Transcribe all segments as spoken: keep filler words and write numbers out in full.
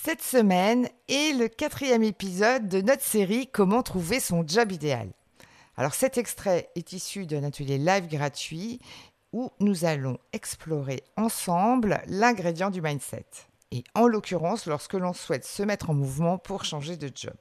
Cette semaine est le quatrième épisode de notre série Comment trouver son job idéal. Alors cet extrait est issu d'un atelier live gratuit où nous allons explorer ensemble l'ingrédient du mindset. Et en l'occurrence, lorsque l'on souhaite se mettre en mouvement pour changer de job.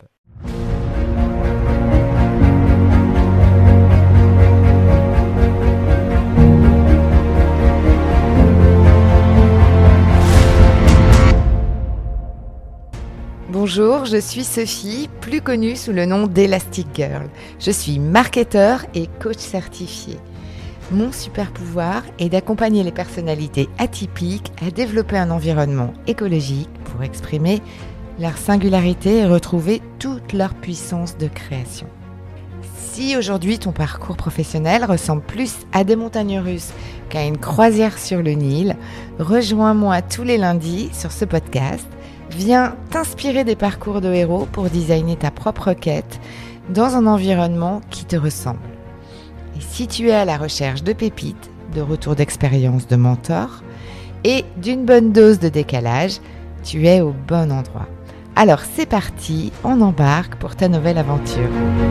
Bonjour, je suis Sophie, plus connue sous le nom d'Elastic Girl. Je suis marketeur et coach certifié. Mon super pouvoir est d'accompagner les personnalités atypiques à développer un environnement écologique pour exprimer leur singularité et retrouver toute leur puissance de création. Si aujourd'hui ton parcours professionnel ressemble plus à des montagnes russes qu'à une croisière sur le Nil, rejoins-moi tous les lundis sur ce podcast. Viens t'inspirer des parcours de héros pour designer ta propre quête dans un environnement qui te ressemble. Et si tu es à la recherche de pépites, de retours d'expérience de mentors et d'une bonne dose de décalage, tu es au bon endroit. Alors c'est parti, on embarque pour ta nouvelle aventure.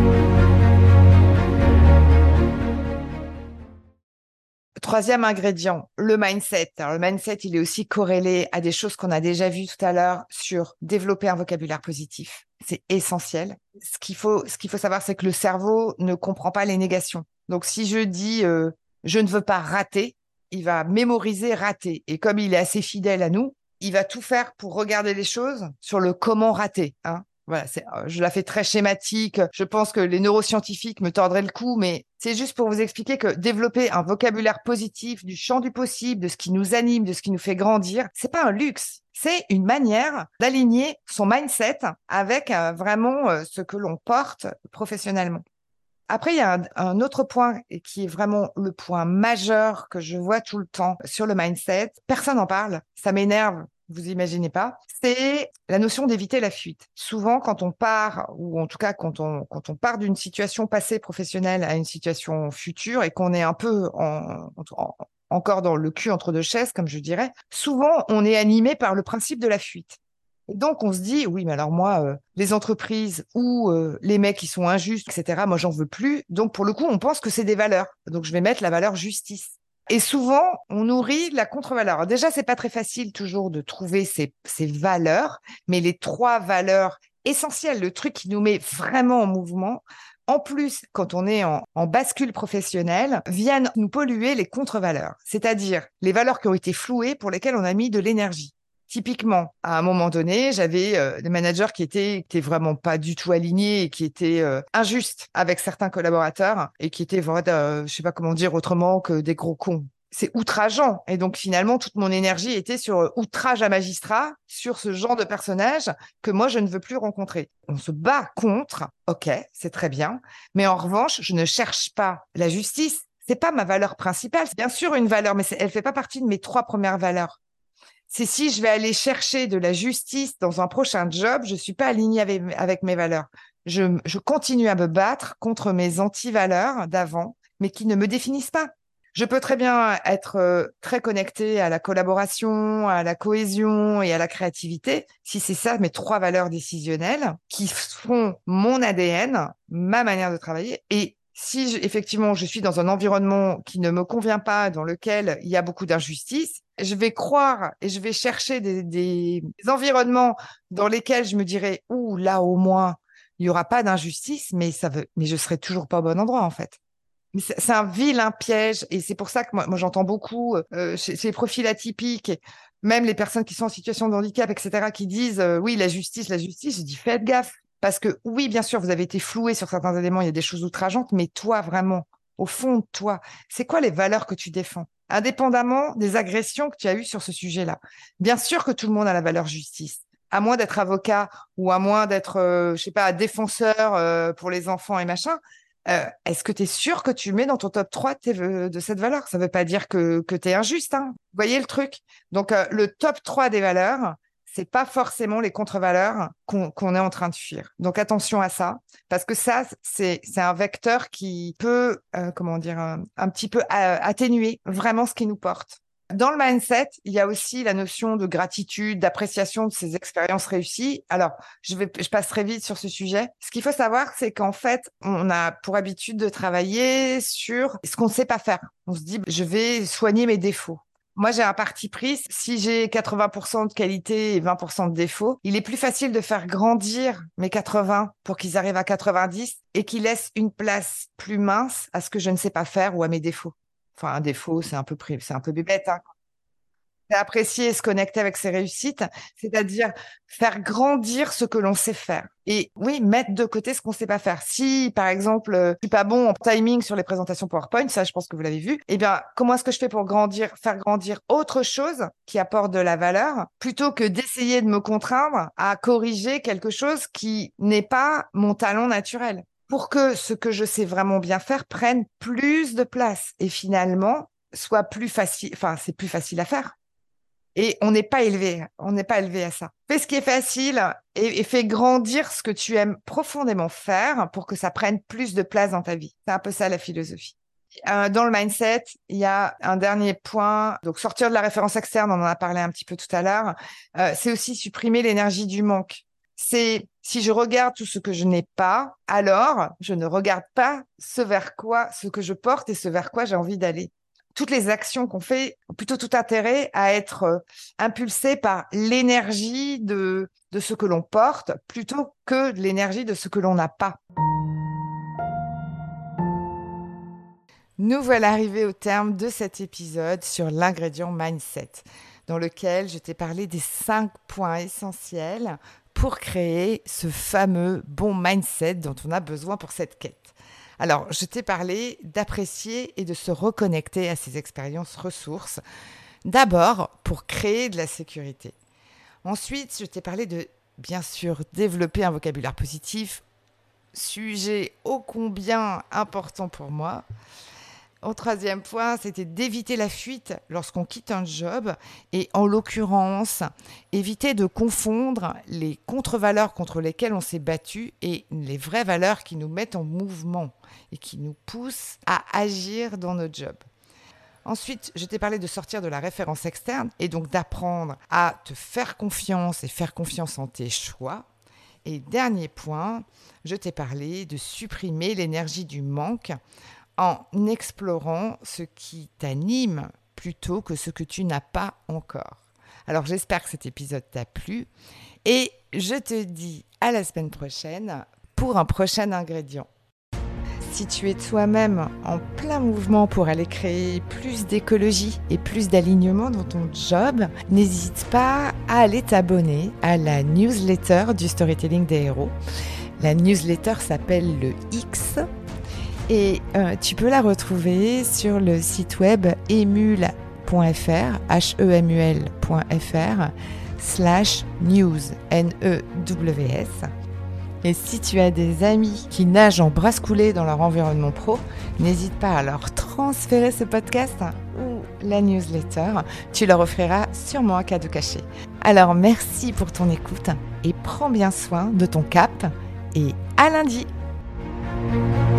Troisième ingrédient, le mindset. Alors, le mindset, il est aussi corrélé à des choses qu'on a déjà vues tout à l'heure sur développer un vocabulaire positif. C'est essentiel. Ce qu'il faut, ce qu'il faut savoir, c'est que le cerveau ne comprend pas les négations. Donc, si je dis euh, « je ne veux pas rater », il va mémoriser « rater ». Et comme il est assez fidèle à nous, il va tout faire pour regarder les choses sur le « comment rater ». Hein. Voilà, c'est, je la fais très schématique. Je pense que les neuroscientifiques me tordraient le cou, mais c'est juste pour vous expliquer que développer un vocabulaire positif du champ du possible, de ce qui nous anime, de ce qui nous fait grandir, c'est pas un luxe. C'est une manière d'aligner son mindset avec euh, vraiment euh, ce que l'on porte professionnellement. Après, il y a un, un autre point qui est vraiment le point majeur que je vois tout le temps sur le mindset. Personne n'en parle. Ça m'énerve. Vous imaginez pas, c'est la notion d'éviter la fuite. Souvent, quand on part, ou en tout cas quand on, quand on part d'une situation passée professionnelle à une situation future et qu'on est un peu en, en, encore dans le cul entre deux chaises, comme je dirais, souvent on est animé par le principe de la fuite. Et donc on se dit, oui, mais alors moi, euh, les entreprises ou euh, les mecs qui sont injustes, et cetera, moi j'en veux plus. Donc pour le coup, on pense que c'est des valeurs. Donc je vais mettre la valeur justice. Et souvent, on nourrit la contre-valeur. Alors déjà, c'est pas très facile toujours de trouver ces, ces valeurs, mais les trois valeurs essentielles, le truc qui nous met vraiment en mouvement, en plus, quand on est en, en bascule professionnelle, viennent nous polluer les contre-valeurs, c'est-à-dire les valeurs qui ont été flouées pour lesquelles on a mis de l'énergie. Typiquement, à un moment donné, j'avais euh, des managers qui étaient, qui étaient vraiment pas du tout alignés et qui étaient euh, injustes avec certains collaborateurs et qui étaient vraiment, euh, je sais pas comment dire autrement que des gros cons. C'est outrageant. Et donc, finalement, toute mon énergie était sur euh, outrage à magistrat, sur ce genre de personnage que moi, je ne veux plus rencontrer. On se bat contre. OK, c'est très bien. Mais en revanche, je ne cherche pas la justice. C'est pas ma valeur principale. C'est bien sûr une valeur, mais c'est, elle fait pas partie de mes trois premières valeurs. C'est si je vais aller chercher de la justice dans un prochain job, je suis pas alignée avec, avec mes valeurs. Je, je continue à me battre contre mes anti-valeurs d'avant, mais qui ne me définissent pas. Je peux très bien être euh, très connectée à la collaboration, à la cohésion et à la créativité, si c'est ça mes trois valeurs décisionnelles qui font mon A D N, ma manière de travailler. Et si je, effectivement je suis dans un environnement qui ne me convient pas, dans lequel il y a beaucoup d'injustice, je vais croire et je vais chercher des, des, des environnements dans lesquels je me dirais, ouh, là au moins, il y aura pas d'injustice, mais ça veut, mais je serai toujours pas au bon endroit en fait. Mais c'est c'est un vilain piège et c'est pour ça que moi, moi j'entends beaucoup euh, chez, chez les profils atypiques, même les personnes qui sont en situation de handicap, et cetera, qui disent euh, oui, la justice, la justice. Je dis faites gaffe parce que oui, bien sûr, vous avez été floué sur certains éléments, il y a des choses outrageantes, mais toi vraiment, au fond de toi, c'est quoi les valeurs que tu défends, indépendamment des agressions que tu as eues sur ce sujet-là. Bien sûr que tout le monde a la valeur justice. À moins d'être avocat ou à moins d'être, euh, je sais pas, défenseur euh, pour les enfants et machin, euh, est-ce que tu es sûr que tu mets dans ton top trois de, tes- de cette valeur? Ça veut pas dire que, que tu es injuste, hein. Vous voyez le truc? Donc, euh, le top trois des valeurs, c'est pas forcément les contre-valeurs qu'on qu'on est en train de fuir. Donc, attention à ça, parce que ça, c'est c'est un vecteur qui peut, euh, comment dire, un, un petit peu euh, atténuer vraiment ce qui nous porte. Dans le mindset, il y a aussi la notion de gratitude, d'appréciation de ces expériences réussies. Alors, je vais, je passerai vite sur ce sujet. Ce qu'il faut savoir, c'est qu'en fait, on a pour habitude de travailler sur ce qu'on ne sait pas faire. On se dit, je vais soigner mes défauts. Moi, j'ai un parti pris. Si j'ai quatre-vingts pour cent de qualité et vingt pour cent de défauts, il est plus facile de faire grandir mes quatre-vingts pour qu'ils arrivent à quatre-vingt-dix et qu'ils laissent une place plus mince à ce que je ne sais pas faire ou à mes défauts. Enfin, un défaut, c'est un peu pri- c'est un peu bébête, hein. C'est apprécier et se connecter avec ses réussites, c'est-à-dire faire grandir ce que l'on sait faire. Et oui, mettre de côté ce qu'on sait pas faire. Si, par exemple, euh, je suis pas bon en timing sur les présentations PowerPoint, ça, je pense que vous l'avez vu, eh bien, comment est-ce que je fais pour grandir, faire grandir autre chose qui apporte de la valeur, plutôt que d'essayer de me contraindre à corriger quelque chose qui n'est pas mon talent naturel, pour que ce que je sais vraiment bien faire prenne plus de place et finalement soit plus facile, enfin, c'est plus facile à faire. Et on n'est pas élevé, on n'est pas élevé à ça. Fais ce qui est facile et, et fais grandir ce que tu aimes profondément faire pour que ça prenne plus de place dans ta vie. C'est un peu ça la philosophie. Euh, dans le mindset, il y a un dernier point. Donc, sortir de la référence externe, on en a parlé un petit peu tout à l'heure. Euh, c'est aussi supprimer l'énergie du manque. C'est si je regarde tout ce que je n'ai pas, alors je ne regarde pas ce vers quoi, ce que je porte et ce vers quoi j'ai envie d'aller. Toutes les actions qu'on fait ont plutôt tout intérêt à être euh, impulsées par l'énergie de, de ce que l'on porte plutôt que de l'énergie de ce que l'on n'a pas. Nous voilà arrivés au terme de cet épisode sur l'ingrédient mindset, dans lequel je t'ai parlé des cinq points essentiels pour créer ce fameux bon mindset dont on a besoin pour cette quête. Alors, je t'ai parlé d'apprécier et de se reconnecter à ces expériences ressources. D'abord, pour créer de la sécurité. Ensuite, je t'ai parlé de, bien sûr, développer un vocabulaire positif, sujet ô combien important pour moi. Au troisième point, c'était d'éviter la fuite lorsqu'on quitte un job et en l'occurrence, éviter de confondre les contre-valeurs contre lesquelles on s'est battu et les vraies valeurs qui nous mettent en mouvement et qui nous poussent à agir dans notre job. Ensuite, je t'ai parlé de sortir de la référence externe et donc d'apprendre à te faire confiance et faire confiance en tes choix. Et dernier point, je t'ai parlé de supprimer l'énergie du manque en explorant ce qui t'anime plutôt que ce que tu n'as pas encore. Alors j'espère que cet épisode t'a plu et je te dis à la semaine prochaine pour un prochain ingrédient. Si tu es toi-même en plein mouvement pour aller créer plus d'écologie et plus d'alignement dans ton job, n'hésite pas à aller t'abonner à la newsletter du Storytelling des héros. La newsletter s'appelle le X. Et euh, tu peux la retrouver sur le site web emule point f r, h e m u l point f r, slash news, N E W S. Et si tu as des amis qui nagent en brasse coulée dans leur environnement pro, n'hésite pas à leur transférer ce podcast ou la newsletter. Tu leur offriras sûrement un cadeau caché. Alors merci pour ton écoute et prends bien soin de ton cap et à lundi.